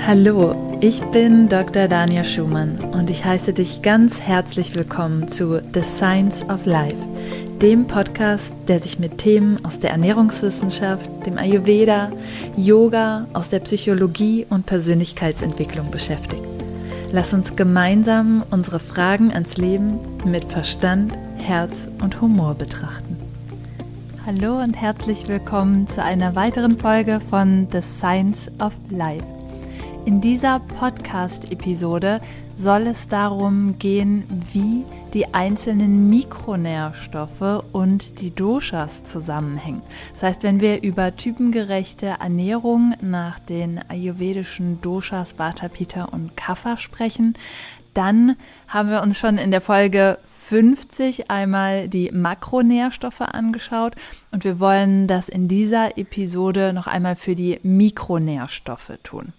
Hallo, ich bin Dr. Dania Schumann und ich heiße dich ganz herzlich willkommen zu The Science of Life, dem Podcast, der sich mit Themen aus der Ernährungswissenschaft, dem Ayurveda, Yoga, aus der Psychologie und Persönlichkeitsentwicklung beschäftigt. Lass uns gemeinsam unsere Fragen ans Leben mit Verstand, Herz und Humor betrachten. Hallo und herzlich willkommen zu einer weiteren Folge von The Science of Life. In dieser Podcast-Episode soll es darum gehen, wie die einzelnen Mikronährstoffe und die Doshas zusammenhängen. Das heißt, wenn wir über typengerechte Ernährung nach den ayurvedischen Doshas Vata, Pitta und Kapha sprechen, dann haben wir uns schon in der Folge 50 einmal die Makronährstoffe angeschaut und wir wollen das in dieser Episode noch einmal für die Mikronährstoffe tun.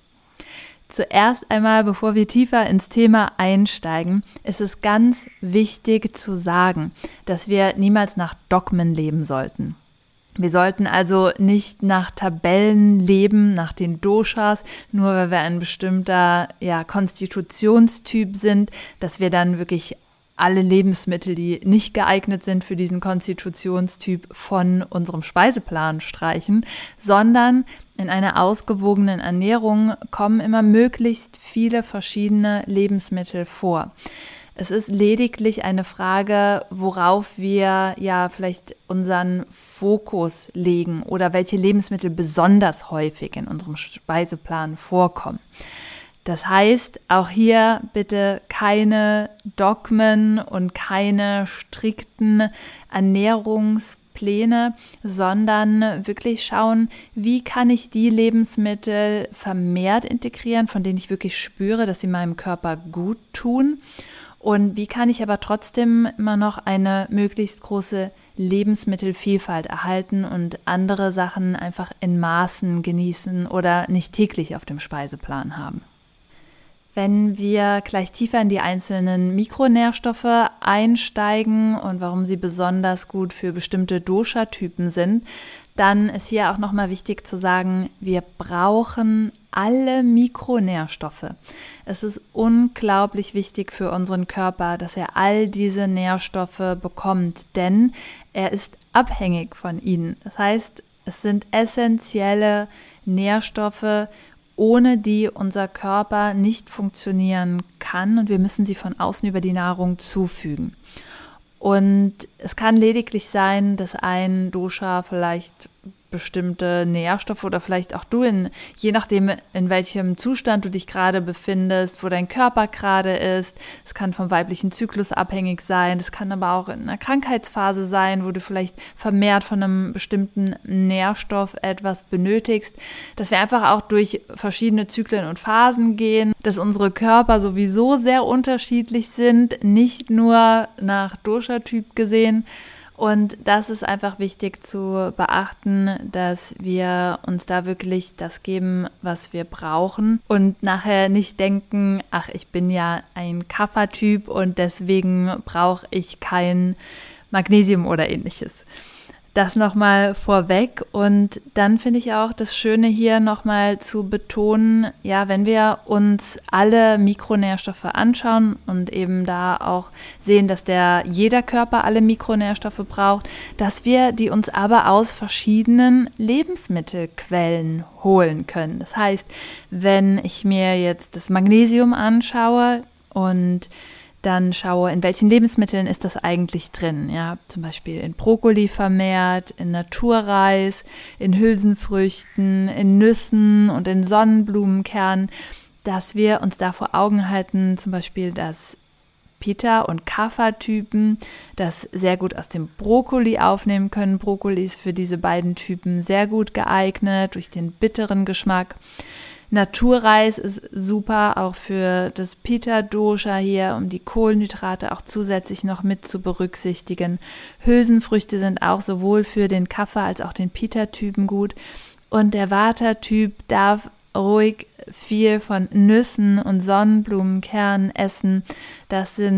Zuerst einmal, bevor wir tiefer ins Thema einsteigen, ist es ganz wichtig zu sagen, dass wir niemals nach Dogmen leben sollten. Wir sollten also nicht nach Tabellen leben, nach den Doshas, nur weil wir ein bestimmter Konstitutionstyp sind, dass wir dann wirklich alle Lebensmittel, die nicht geeignet sind für diesen Konstitutionstyp, von unserem Speiseplan streichen, sondern in einer ausgewogenen Ernährung kommen immer möglichst viele verschiedene Lebensmittel vor. Es ist lediglich eine Frage, worauf wir vielleicht unseren Fokus legen oder welche Lebensmittel besonders häufig in unserem Speiseplan vorkommen. Das heißt, auch hier bitte keine Dogmen und keine strikten Ernährungspläne, sondern wirklich schauen, wie kann ich die Lebensmittel vermehrt integrieren, von denen ich wirklich spüre, dass sie meinem Körper gut tun. Und wie kann ich aber trotzdem immer noch eine möglichst große Lebensmittelvielfalt erhalten und andere Sachen einfach in Maßen genießen oder nicht täglich auf dem Speiseplan haben. Wenn wir gleich tiefer in die einzelnen Mikronährstoffe einsteigen und warum sie besonders gut für bestimmte Dosha-Typen sind, dann ist hier auch nochmal wichtig zu sagen, wir brauchen alle Mikronährstoffe. Es ist unglaublich wichtig für unseren Körper, dass er all diese Nährstoffe bekommt, denn er ist abhängig von ihnen. Das heißt, es sind essentielle Nährstoffe, ohne die unser Körper nicht funktionieren kann und wir müssen sie von außen über die Nahrung zufügen. Und es kann lediglich sein, dass ein Dosha vielleicht bestimmte Nährstoffe oder vielleicht auch du, je nachdem in welchem Zustand du dich gerade befindest, wo dein Körper gerade ist. Es kann vom weiblichen Zyklus abhängig sein, es kann aber auch in einer Krankheitsphase sein, wo du vielleicht vermehrt von einem bestimmten Nährstoff etwas benötigst, dass wir einfach auch durch verschiedene Zyklen und Phasen gehen, dass unsere Körper sowieso sehr unterschiedlich sind, nicht nur nach Dosha-Typ gesehen. Und das ist einfach wichtig zu beachten, dass wir uns da wirklich das geben, was wir brauchen und nachher nicht denken, ach, ich bin ja ein Kapha-Typ und deswegen brauche ich kein Magnesium oder ähnliches. Das nochmal vorweg und dann finde ich auch das Schöne hier nochmal zu betonen, wenn wir uns alle Mikronährstoffe anschauen und eben da auch sehen, dass jeder Körper alle Mikronährstoffe braucht, dass wir die uns aber aus verschiedenen Lebensmittelquellen holen können. Das heißt, wenn ich mir jetzt das Magnesium anschaue und dann schaue, in welchen Lebensmitteln ist das eigentlich drin. Ja, zum Beispiel in Brokkoli vermehrt, in Naturreis, in Hülsenfrüchten, in Nüssen und in Sonnenblumenkernen, dass wir uns da vor Augen halten, zum Beispiel, dass Pitta- und Kapha-Typen das sehr gut aus dem Brokkoli aufnehmen können. Brokkoli ist für diese beiden Typen sehr gut geeignet durch den bitteren Geschmack. Naturreis ist super, auch für das Pitta-Dosha hier, um die Kohlenhydrate auch zusätzlich noch mit zu berücksichtigen. Hülsenfrüchte sind auch sowohl für den Kapha- als auch den Pitta-Typen gut. Und der Vata-Typ darf ruhig viel von Nüssen und Sonnenblumenkernen essen. Das sind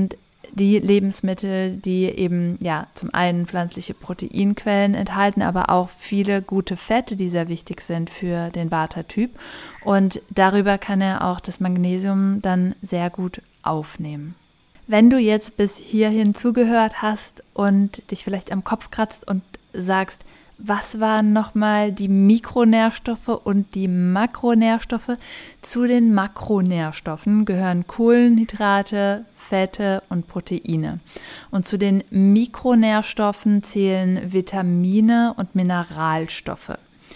die Lebensmittel, die eben ja zum einen pflanzliche Proteinquellen enthalten, aber auch viele gute Fette, die sehr wichtig sind für den Vata-Typ. Und darüber kann er auch das Magnesium dann sehr gut aufnehmen. Wenn du jetzt bis hierhin zugehört hast und dich vielleicht am Kopf kratzt und sagst, was waren nochmal die Mikronährstoffe und die Makronährstoffe? Zu den Makronährstoffen gehören Kohlenhydrate, Fette und Proteine. Und zu den Mikronährstoffen zählen Vitamine und Mineralstoffe.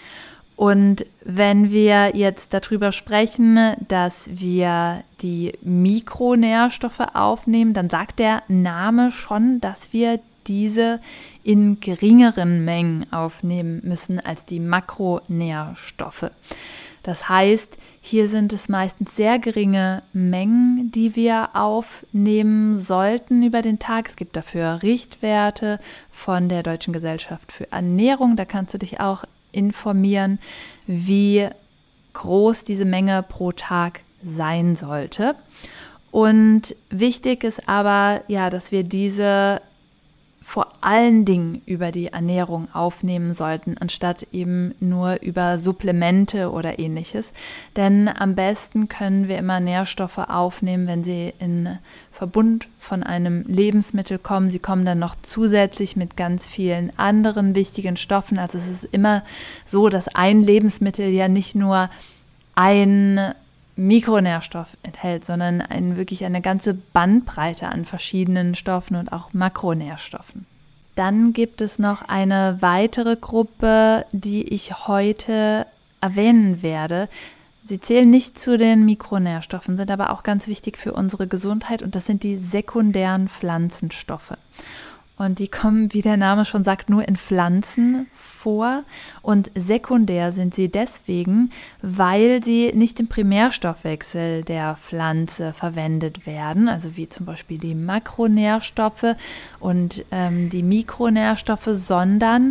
Und wenn wir jetzt darüber sprechen, dass wir die Mikronährstoffe aufnehmen, dann sagt der Name schon, dass wir diese in geringeren Mengen aufnehmen müssen als die Makronährstoffe. Das heißt, hier sind es meistens sehr geringe Mengen, die wir aufnehmen sollten über den Tag. Es gibt dafür Richtwerte von der Deutschen Gesellschaft für Ernährung. Da kannst du dich auch informieren, wie groß diese Menge pro Tag sein sollte. Und wichtig ist aber, ja, dass wir diese vor allen Dingen über die Ernährung aufnehmen sollten, anstatt eben nur über Supplemente oder ähnliches. Denn am besten können wir immer Nährstoffe aufnehmen, wenn sie in Verbund von einem Lebensmittel kommen. Sie kommen dann noch zusätzlich mit ganz vielen anderen wichtigen Stoffen. Also es ist immer so, dass ein Lebensmittel ja nicht nur ein Mikronährstoff enthält, sondern wirklich eine ganze Bandbreite an verschiedenen Stoffen und auch Makronährstoffen. Dann gibt es noch eine weitere Gruppe, die ich heute erwähnen werde. Sie zählen nicht zu den Mikronährstoffen, sind aber auch ganz wichtig für unsere Gesundheit und das sind die sekundären Pflanzenstoffe. Und die kommen, wie der Name schon sagt, nur in Pflanzen vor. Und sekundär sind sie deswegen, weil sie nicht im Primärstoffwechsel der Pflanze verwendet werden, also wie zum Beispiel die Makronährstoffe und die Mikronährstoffe, sondern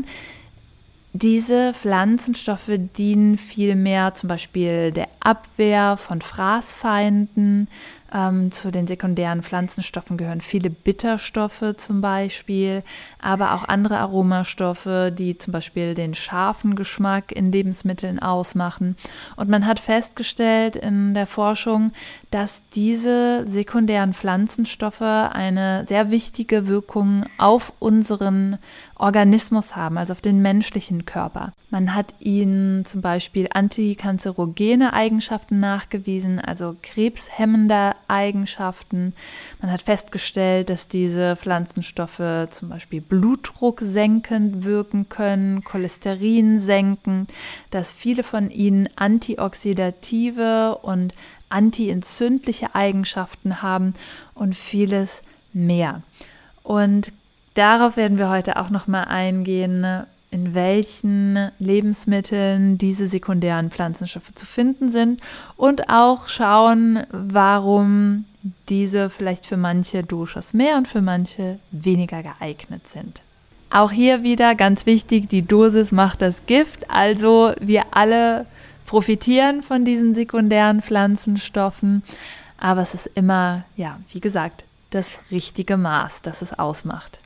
diese Pflanzenstoffe dienen vielmehr zum Beispiel der Abwehr von Fraßfeinden. Zu den sekundären Pflanzenstoffen gehören viele Bitterstoffe zum Beispiel, aber auch andere Aromastoffe, die zum Beispiel den scharfen Geschmack in Lebensmitteln ausmachen. Und man hat festgestellt in der Forschung, dass diese sekundären Pflanzenstoffe eine sehr wichtige Wirkung auf unseren Organismus haben, also auf den menschlichen Körper. Man hat ihnen zum Beispiel antikanzerogene Eigenschaften nachgewiesen, also krebshemmende Eigenschaften. Man hat festgestellt, dass diese Pflanzenstoffe zum Beispiel Blutdruck senkend wirken können, Cholesterin senken, dass viele von ihnen antioxidative und antientzündliche Eigenschaften haben und vieles mehr. Und darauf werden wir heute auch nochmal eingehen, in welchen Lebensmitteln diese sekundären Pflanzenstoffe zu finden sind und auch schauen, warum diese vielleicht für manche Doshas mehr und für manche weniger geeignet sind. Auch hier wieder ganz wichtig, die Dosis macht das Gift, also wir alle profitieren von diesen sekundären Pflanzenstoffen, aber es ist immer, ja, wie gesagt, das richtige Maß, das es ausmacht.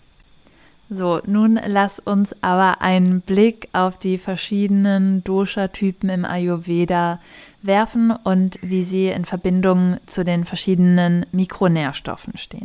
So, nun lass uns aber einen Blick auf die verschiedenen Dosha-Typen im Ayurveda werfen und wie sie in Verbindung zu den verschiedenen Mikronährstoffen stehen.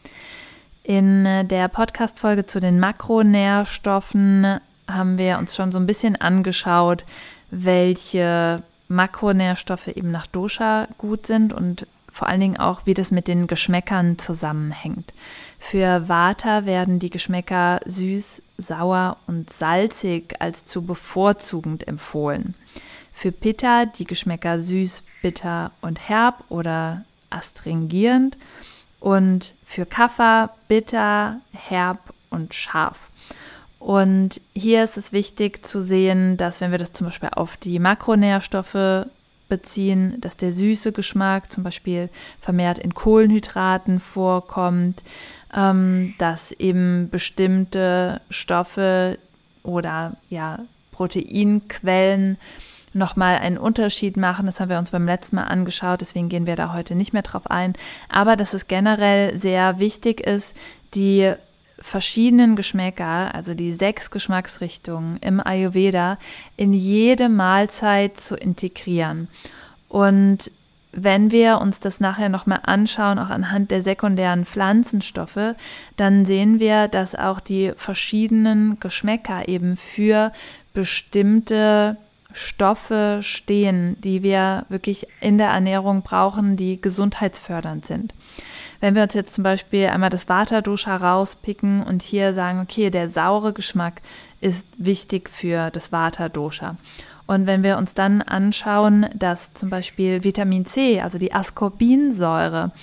In der Podcast-Folge zu den Makronährstoffen haben wir uns schon so ein bisschen angeschaut, welche Makronährstoffe eben nach Dosha gut sind und vor allen Dingen auch, wie das mit den Geschmäckern zusammenhängt. Für Vata werden die Geschmäcker süß, sauer und salzig als zu bevorzugend empfohlen. Für Pitta die Geschmäcker süß, bitter und herb oder astringierend und für Kapha bitter, herb und scharf. Und hier ist es wichtig zu sehen, dass wenn wir das zum Beispiel auf die Makronährstoffe beziehen, dass der süße Geschmack zum Beispiel vermehrt in Kohlenhydraten vorkommt, dass eben bestimmte Stoffe oder ja, Proteinquellen nochmal einen Unterschied machen. Das haben wir uns beim letzten Mal angeschaut, deswegen gehen wir da heute nicht mehr drauf ein. Aber dass es generell sehr wichtig ist, die verschiedenen Geschmäcker, also die 6 Geschmacksrichtungen im Ayurveda, in jede Mahlzeit zu integrieren. Und wenn wir uns das nachher nochmal anschauen, auch anhand der sekundären Pflanzenstoffe, dann sehen wir, dass auch die verschiedenen Geschmäcker eben für bestimmte Stoffe stehen, die wir wirklich in der Ernährung brauchen, die gesundheitsfördernd sind. Wenn wir uns jetzt zum Beispiel einmal das Vata-Dosha rauspicken und hier sagen, okay, der saure Geschmack ist wichtig für das Vata-Dosha. Und wenn wir uns dann anschauen, dass zum Beispiel Vitamin C, also die Ascorbinsäure,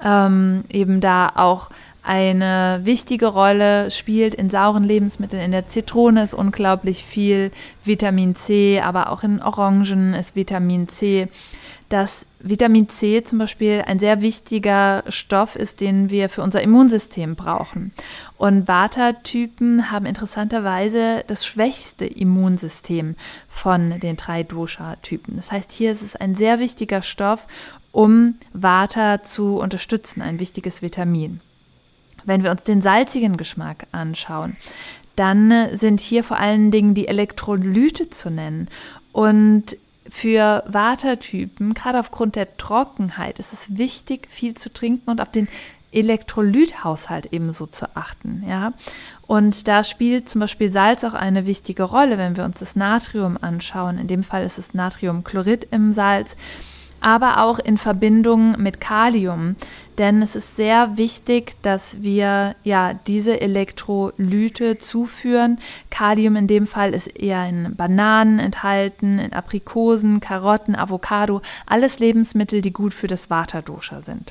eben da auch eine wichtige Rolle spielt in sauren Lebensmitteln. In der Zitrone ist unglaublich viel Vitamin C, aber auch in Orangen ist Vitamin C. Dass Vitamin C zum Beispiel ein sehr wichtiger Stoff ist, den wir für unser Immunsystem brauchen. Und Vata-Typen haben interessanterweise das schwächste Immunsystem von den 3 Dosha-Typen. Das heißt, hier ist es ein sehr wichtiger Stoff, um Vata zu unterstützen, ein wichtiges Vitamin. Wenn wir uns den salzigen Geschmack anschauen, dann sind hier vor allen Dingen die Elektrolyte zu nennen. Und für Vata-Typen, gerade aufgrund der Trockenheit, ist es wichtig, viel zu trinken und auf den Elektrolythaushalt ebenso zu achten. Ja? Und da spielt zum Beispiel Salz auch eine wichtige Rolle, wenn wir uns das Natrium anschauen. In dem Fall ist es Natriumchlorid im Salz, aber auch in Verbindung mit Kalium. Denn es ist sehr wichtig, dass wir diese Elektrolyte zuführen. Kalium in dem Fall ist eher in Bananen enthalten, in Aprikosen, Karotten, Avocado, alles Lebensmittel, die gut für das Vata-Dosha sind.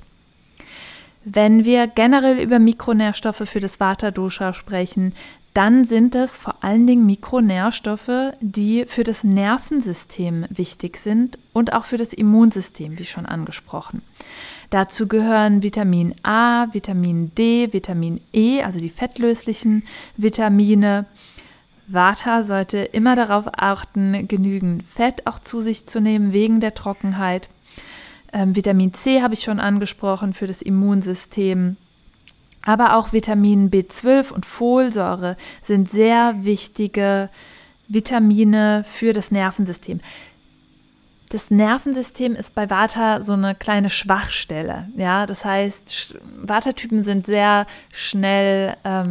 Wenn wir generell über Mikronährstoffe für das Vata-Dosha sprechen, dann sind es vor allen Dingen Mikronährstoffe, die für das Nervensystem wichtig sind und auch für das Immunsystem, wie schon angesprochen. Dazu gehören Vitamin A, Vitamin D, Vitamin E, also die fettlöslichen Vitamine. Vata sollte immer darauf achten, genügend Fett auch zu sich zu nehmen, wegen der Trockenheit. Vitamin C habe ich schon angesprochen für das Immunsystem. Aber auch Vitamin B12 und Folsäure sind sehr wichtige Vitamine für das Nervensystem. Das Nervensystem ist bei Vata so eine kleine Schwachstelle. Ja? Das heißt, Vata-Typen sind sehr schnell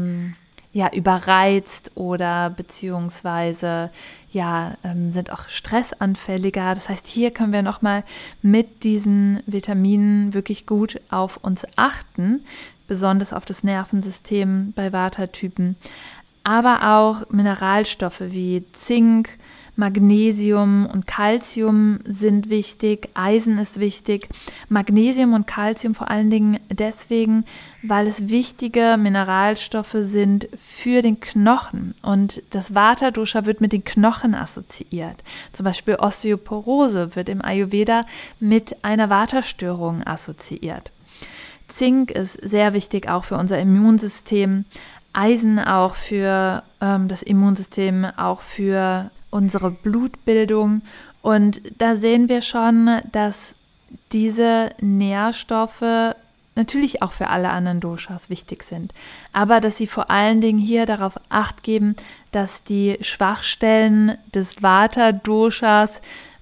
überreizt oder beziehungsweise sind auch stressanfälliger. Das heißt, hier können wir nochmal mit diesen Vitaminen wirklich gut auf uns achten, besonders auf das Nervensystem bei Vata-Typen, aber auch Mineralstoffe wie Zink, Magnesium und Calcium sind wichtig, Eisen ist wichtig, Magnesium und Calcium vor allen Dingen deswegen, weil es wichtige Mineralstoffe sind für den Knochen und das Vata-Dosha wird mit den Knochen assoziiert. Zum Beispiel Osteoporose wird im Ayurveda mit einer Vata-Störung assoziiert. Zink ist sehr wichtig auch für unser Immunsystem, Eisen auch für das Immunsystem, auch für unsere Blutbildung. Und da sehen wir schon, dass diese Nährstoffe natürlich auch für alle anderen Doshas wichtig sind, aber dass sie vor allen Dingen hier darauf Acht geben, dass die Schwachstellen des Vata-Doshas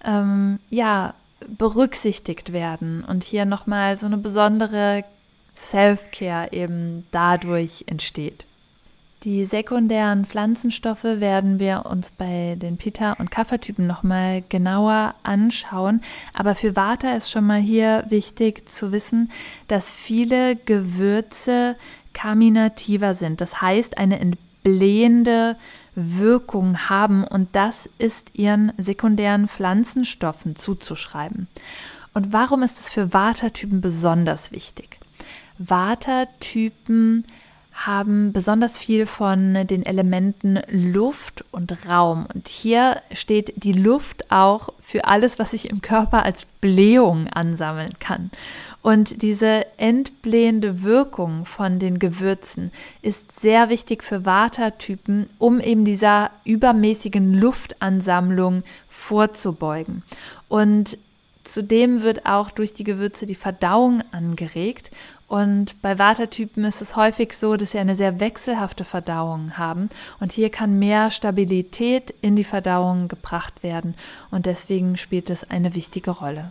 berücksichtigt werden und hier nochmal so eine besondere Self-Care eben dadurch entsteht. Die sekundären Pflanzenstoffe werden wir uns bei den Pitta- und Kapha-Typen nochmal genauer anschauen. Aber für Vata ist schon mal hier wichtig zu wissen, dass viele Gewürze carminativa sind. Das heißt, eine entblähende Wirkung haben und das ist ihren sekundären Pflanzenstoffen zuzuschreiben. Und warum ist es für Vata-Typen besonders wichtig? Vata-Typen haben besonders viel von den Elementen Luft und Raum. Und hier steht die Luft auch für alles, was sich im Körper als Blähung ansammeln kann. Und diese entblähende Wirkung von den Gewürzen ist sehr wichtig für Vata-Typen, um eben dieser übermäßigen Luftansammlung vorzubeugen. Und zudem wird auch durch die Gewürze die Verdauung angeregt. Und bei Vata-Typen ist es häufig so, dass sie eine sehr wechselhafte Verdauung haben. Und hier kann mehr Stabilität in die Verdauung gebracht werden. Und deswegen spielt es eine wichtige Rolle.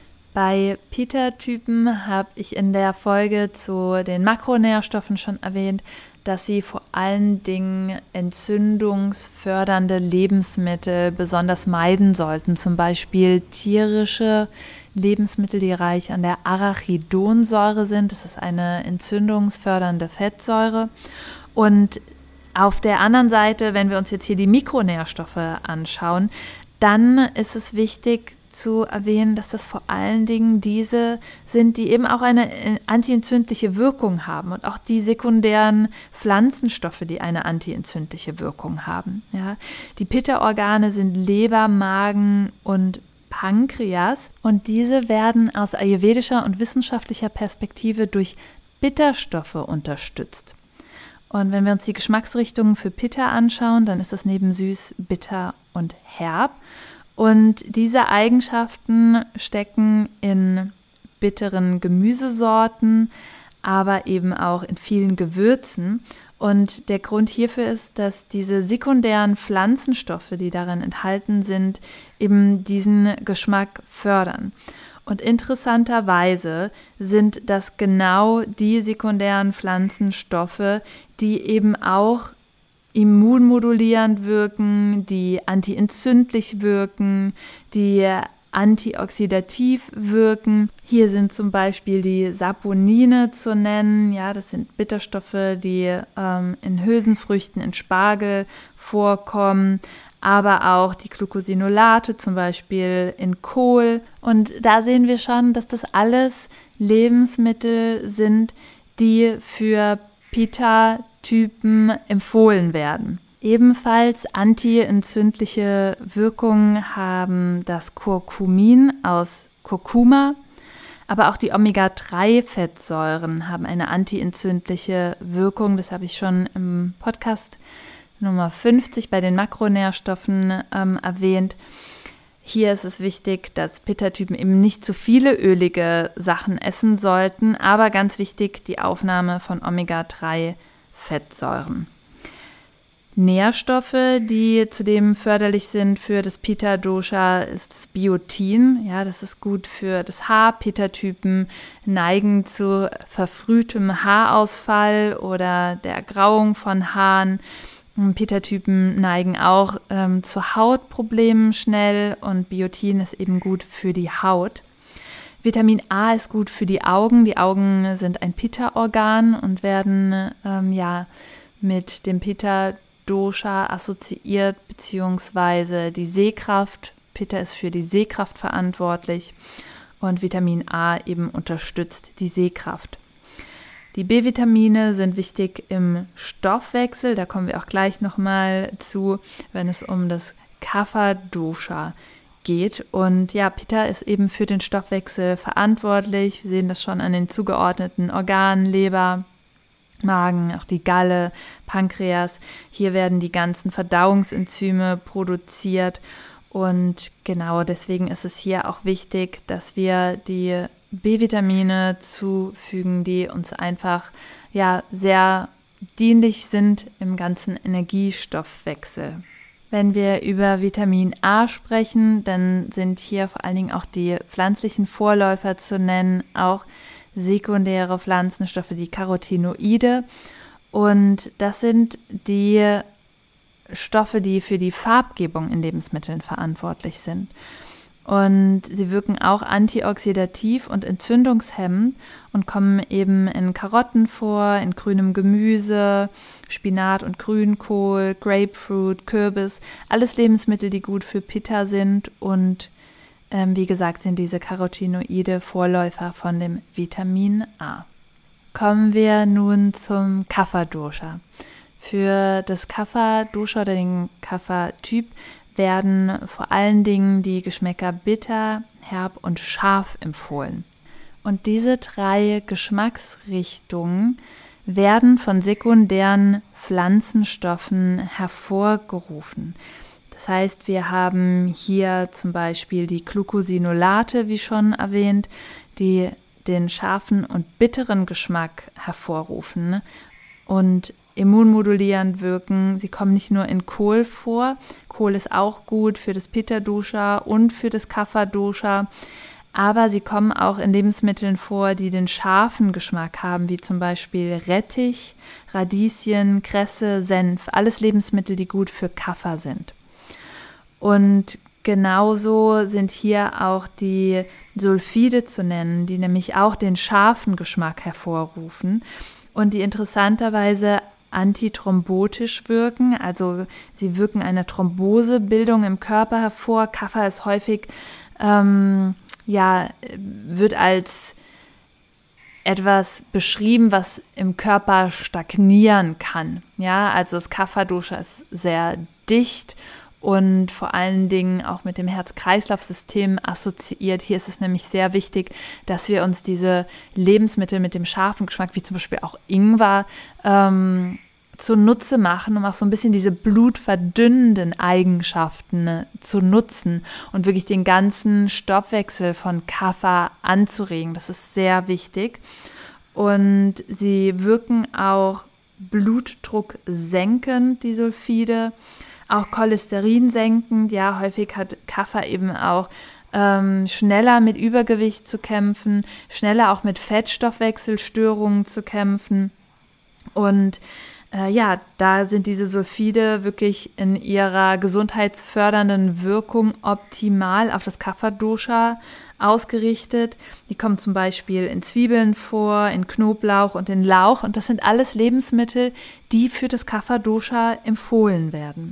Bei Pitta-Typen habe ich in der Folge zu den Makronährstoffen schon erwähnt, dass sie vor allen Dingen entzündungsfördernde Lebensmittel besonders meiden sollten. Zum Beispiel tierische Lebensmittel, die reich an der Arachidonsäure sind. Das ist eine entzündungsfördernde Fettsäure. Und auf der anderen Seite, wenn wir uns jetzt hier die Mikronährstoffe anschauen, dann ist es wichtig zu erwähnen, dass das vor allen Dingen diese sind, die eben auch eine antientzündliche Wirkung haben und auch die sekundären Pflanzenstoffe, die eine antientzündliche Wirkung haben. Ja. Die Pitta-Organe sind Leber, Magen und Pankreas und diese werden aus ayurvedischer und wissenschaftlicher Perspektive durch Bitterstoffe unterstützt. Und wenn wir uns die Geschmacksrichtungen für Pitta anschauen, dann ist das neben süß, bitter und herb. Und diese Eigenschaften stecken in bitteren Gemüsesorten, aber eben auch in vielen Gewürzen. Und der Grund hierfür ist, dass diese sekundären Pflanzenstoffe, die darin enthalten sind, eben diesen Geschmack fördern. Und interessanterweise sind das genau die sekundären Pflanzenstoffe, die eben auch immunmodulierend wirken, die antientzündlich wirken, die antioxidativ wirken. Hier sind zum Beispiel die Saponine zu nennen. Ja, das sind Bitterstoffe, die in Hülsenfrüchten, in Spargel vorkommen, aber auch die Glucosinolate zum Beispiel in Kohl. Und da sehen wir schon, dass das alles Lebensmittel sind, die für Pitta-Typen empfohlen werden. Ebenfalls antientzündliche Wirkungen haben das Curcumin aus Kurkuma, aber auch die Omega-3-Fettsäuren haben eine antientzündliche Wirkung. Das habe ich schon im Podcast Nummer 50 bei den Makronährstoffen erwähnt. Hier ist es wichtig, dass Pitta-Typen eben nicht zu viele ölige Sachen essen sollten, aber ganz wichtig die Aufnahme von Omega-3-Fettsäuren. Nährstoffe, die zudem förderlich sind für das Pitta-Dosha, ist das Biotin. Ja, das ist gut für das Haar. Pitta-Typen neigen zu verfrühtem Haarausfall oder der Ergrauung von Haaren. Pitta-Typen neigen auch zu Hautproblemen schnell und Biotin ist eben gut für die Haut. Vitamin A ist gut für die Augen. Die Augen sind ein Pitta-Organ und werden mit dem Pitta-Dosha assoziiert, beziehungsweise die Sehkraft. Pitta ist für die Sehkraft verantwortlich und Vitamin A eben unterstützt die Sehkraft. Die B-Vitamine sind wichtig im Stoffwechsel, da kommen wir auch gleich nochmal zu, wenn es um das Kapha-Dosha geht. Und ja, Pitta ist eben für den Stoffwechsel verantwortlich. Wir sehen das schon an den zugeordneten Organen, Leber, Magen, auch die Galle, Pankreas. Hier werden die ganzen Verdauungsenzyme produziert. Und genau deswegen ist es hier auch wichtig, dass wir die B-Vitamine zufügen, die uns einfach sehr dienlich sind im ganzen Energiestoffwechsel. Wenn wir über Vitamin A sprechen, dann sind hier vor allen Dingen auch die pflanzlichen Vorläufer zu nennen, auch sekundäre Pflanzenstoffe, die Carotinoide. Und das sind die Stoffe, die für die Farbgebung in Lebensmitteln verantwortlich sind. Und sie wirken auch antioxidativ und entzündungshemmend und kommen eben in Karotten vor, in grünem Gemüse, Spinat und Grünkohl, Grapefruit, Kürbis, alles Lebensmittel, die gut für Pitta sind und wie gesagt sind diese Carotinoide Vorläufer von dem Vitamin A. kommen wir nun zum Kapha-Dosha. Für das Kapha-Dosha oder den Kapha-Typ werden vor allen Dingen die Geschmäcker bitter, herb und scharf empfohlen. Und diese 3 Geschmacksrichtungen werden von sekundären Pflanzenstoffen hervorgerufen. Das heißt, wir haben hier zum Beispiel die Glucosinolate, wie schon erwähnt, die den scharfen und bitteren Geschmack hervorrufen und immunmodulierend wirken. Sie kommen nicht nur in Kohl vor. Kohl ist auch gut für das Pitta-Dosha und für das Kapha-Dosha. Aber sie kommen auch in Lebensmitteln vor, die den scharfen Geschmack haben, wie zum Beispiel Rettich, Radieschen, Kresse, Senf. Alles Lebensmittel, die gut für Kapha sind. Und genauso sind hier auch die Sulfide zu nennen, die nämlich auch den scharfen Geschmack hervorrufen und die interessanterweise antithrombotisch wirken. Also sie wirken eine Thrombosebildung im Körper hervor. Kapha ist häufig wird als etwas beschrieben, was im Körper stagnieren kann. Ja, also das Kapha-Dosha ist sehr dicht und vor allen Dingen auch mit dem Herz-Kreislauf-System assoziiert. Hier ist es nämlich sehr wichtig, dass wir uns diese Lebensmittel mit dem scharfen Geschmack, wie zum Beispiel auch Ingwer, zunutze machen, um auch so ein bisschen diese blutverdünnenden Eigenschaften zu nutzen und wirklich den ganzen Stoffwechsel von Kapha anzuregen. Das ist sehr wichtig. Und sie wirken auch Blutdruck senkend, die Sulfide, auch Cholesterin senkend. Ja, häufig hat Kapha eben auch schneller mit Übergewicht zu kämpfen, schneller auch mit Fettstoffwechselstörungen zu kämpfen. Und da sind diese Sulfide wirklich in ihrer gesundheitsfördernden Wirkung optimal auf das Kapha-Dosha ausgerichtet. Die kommen zum Beispiel in Zwiebeln vor, in Knoblauch und in Lauch. Und das sind alles Lebensmittel, die für das Kapha-Dosha empfohlen werden.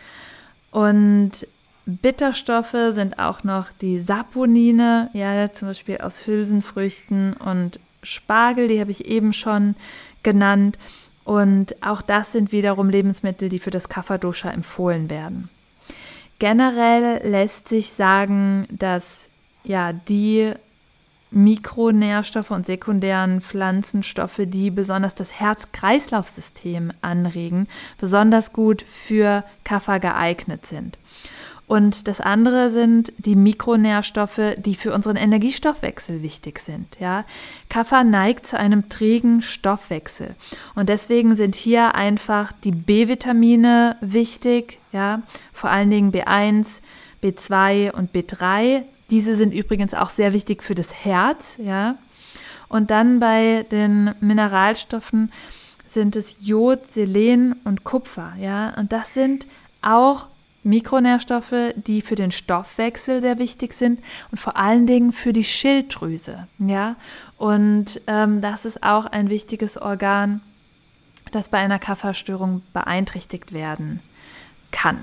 Und Bitterstoffe sind auch noch die Saponine, ja, zum Beispiel aus Hülsenfrüchten und Spargel, die habe ich eben schon genannt. Und auch das sind wiederum Lebensmittel, die für das Kapha-Dosha empfohlen werden. Generell lässt sich sagen, dass die Mikronährstoffe und sekundären Pflanzenstoffe, die besonders das Herz-Kreislauf-System anregen, besonders gut für Kapha geeignet sind. Und das andere sind die Mikronährstoffe, die für unseren Energiestoffwechsel wichtig sind. Ja? Kapha neigt zu einem trägen Stoffwechsel. Und deswegen sind hier einfach die B-Vitamine wichtig, ja? Vor allen Dingen B1, B2 und B3. Diese sind übrigens auch sehr wichtig für das Herz. Ja? Und dann bei den Mineralstoffen sind es Jod, Selen und Kupfer. Ja? Und das sind auch Mikronährstoffe, die für den Stoffwechsel sehr wichtig sind und vor allen Dingen für die Schilddrüse. Ja? Und das ist auch ein wichtiges Organ, das bei einer Kapha-Störung beeinträchtigt werden kann.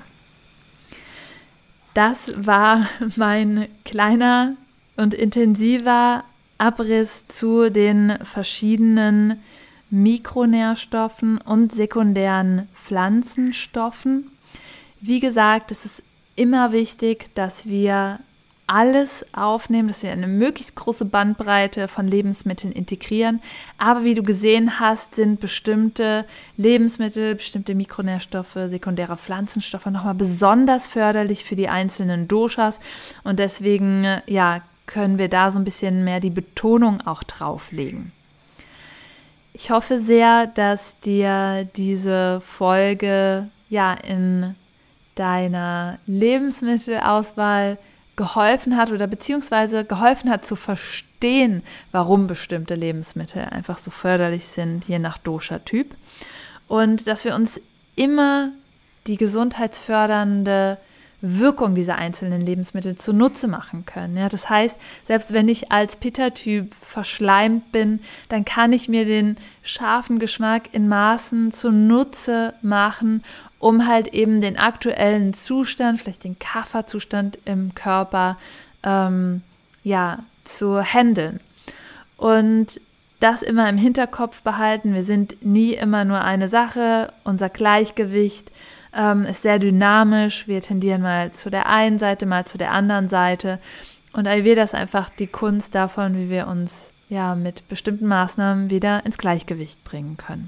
Das war mein kleiner und intensiver Abriss zu den verschiedenen Mikronährstoffen und sekundären Pflanzenstoffen. Wie gesagt, es ist immer wichtig, dass wir alles aufnehmen, dass wir eine möglichst große Bandbreite von Lebensmitteln integrieren. Aber wie du gesehen hast, sind bestimmte Lebensmittel, bestimmte Mikronährstoffe, sekundäre Pflanzenstoffe nochmal besonders förderlich für die einzelnen Doshas. Und deswegen können wir da so ein bisschen mehr die Betonung auch drauflegen. Ich hoffe sehr, dass dir diese Folge in deiner Lebensmittelauswahl geholfen hat oder beziehungsweise geholfen hat zu verstehen, warum bestimmte Lebensmittel einfach so förderlich sind, je nach Dosha-Typ. Und dass wir uns immer die gesundheitsfördernde Wirkung dieser einzelnen Lebensmittel zunutze machen können. Ja, das heißt, selbst wenn ich als Pitta-Typ verschleimt bin, dann kann ich mir den scharfen Geschmack in Maßen zunutze machen, um halt eben den aktuellen Zustand, vielleicht den Kapha-Zustand im Körper zu handeln. Und das immer im Hinterkopf behalten. Wir sind nie immer nur eine Sache. Unser Gleichgewicht ist sehr dynamisch. Wir tendieren mal zu der einen Seite, mal zu der anderen Seite. Und Ayurveda ist einfach die Kunst davon, wie wir uns mit bestimmten Maßnahmen wieder ins Gleichgewicht bringen können.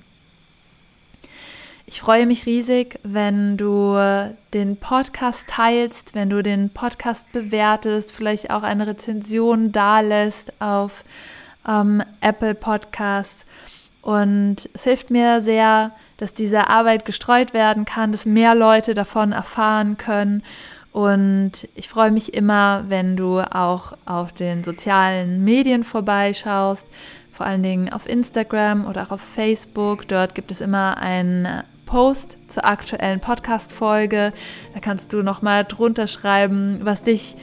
Ich freue mich riesig, wenn du den Podcast teilst, wenn du den Podcast bewertest, vielleicht auch eine Rezension dalässt auf Apple Podcasts. Und es hilft mir sehr, dass diese Arbeit gestreut werden kann, dass mehr Leute davon erfahren können. Und ich freue mich immer, wenn du auch auf den sozialen Medien vorbeischaust, vor allen Dingen auf Instagram oder auch auf Facebook. Dort gibt es immer einen Post zur aktuellen Podcast-Folge. Da kannst du nochmal drunter schreiben, was dich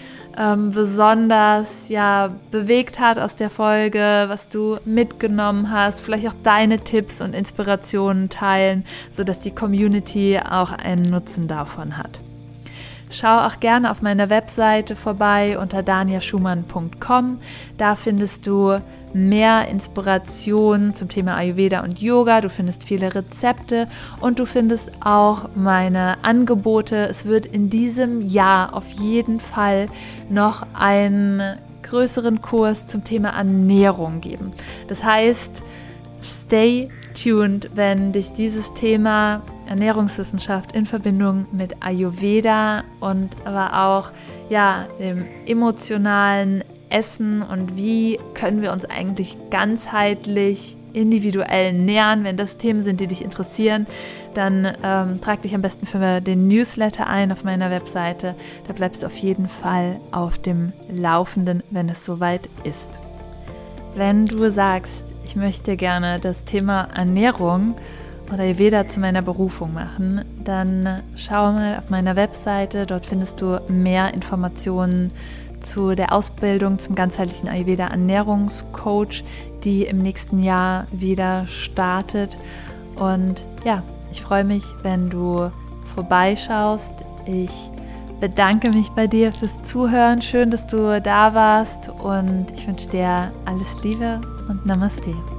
besonders bewegt hat aus der Folge, was du mitgenommen hast, vielleicht auch deine Tipps und Inspirationen teilen, sodass die Community auch einen Nutzen davon hat. Schau auch gerne auf meiner Webseite vorbei unter daniaschumann.com. Da findest du mehr Inspiration zum Thema Ayurveda und Yoga. Du findest viele Rezepte und du findest auch meine Angebote. Es wird in diesem Jahr auf jeden Fall noch einen größeren Kurs zum Thema Ernährung geben. Das heißt, stay tuned, wenn dich dieses Thema Ernährungswissenschaft in Verbindung mit Ayurveda und aber auch dem emotionalen Essen und wie können wir uns eigentlich ganzheitlich, individuell nähern. Wenn das Themen sind, die dich interessieren, dann trag dich am besten für den Newsletter ein auf meiner Webseite. Da bleibst du auf jeden Fall auf dem Laufenden, wenn es soweit ist. Wenn du sagst, ich möchte gerne das Thema Ernährung oder Ayurveda zu meiner Berufung machen, dann schau mal auf meiner Webseite. Dort findest du mehr Informationen zu der Ausbildung zum ganzheitlichen Ayurveda Ernährungscoach, die im nächsten Jahr wieder startet. Und ich freue mich, wenn du vorbeischaust. Ich bedanke mich bei dir fürs Zuhören. Schön, dass du da warst und ich wünsche dir alles Liebe und Namaste.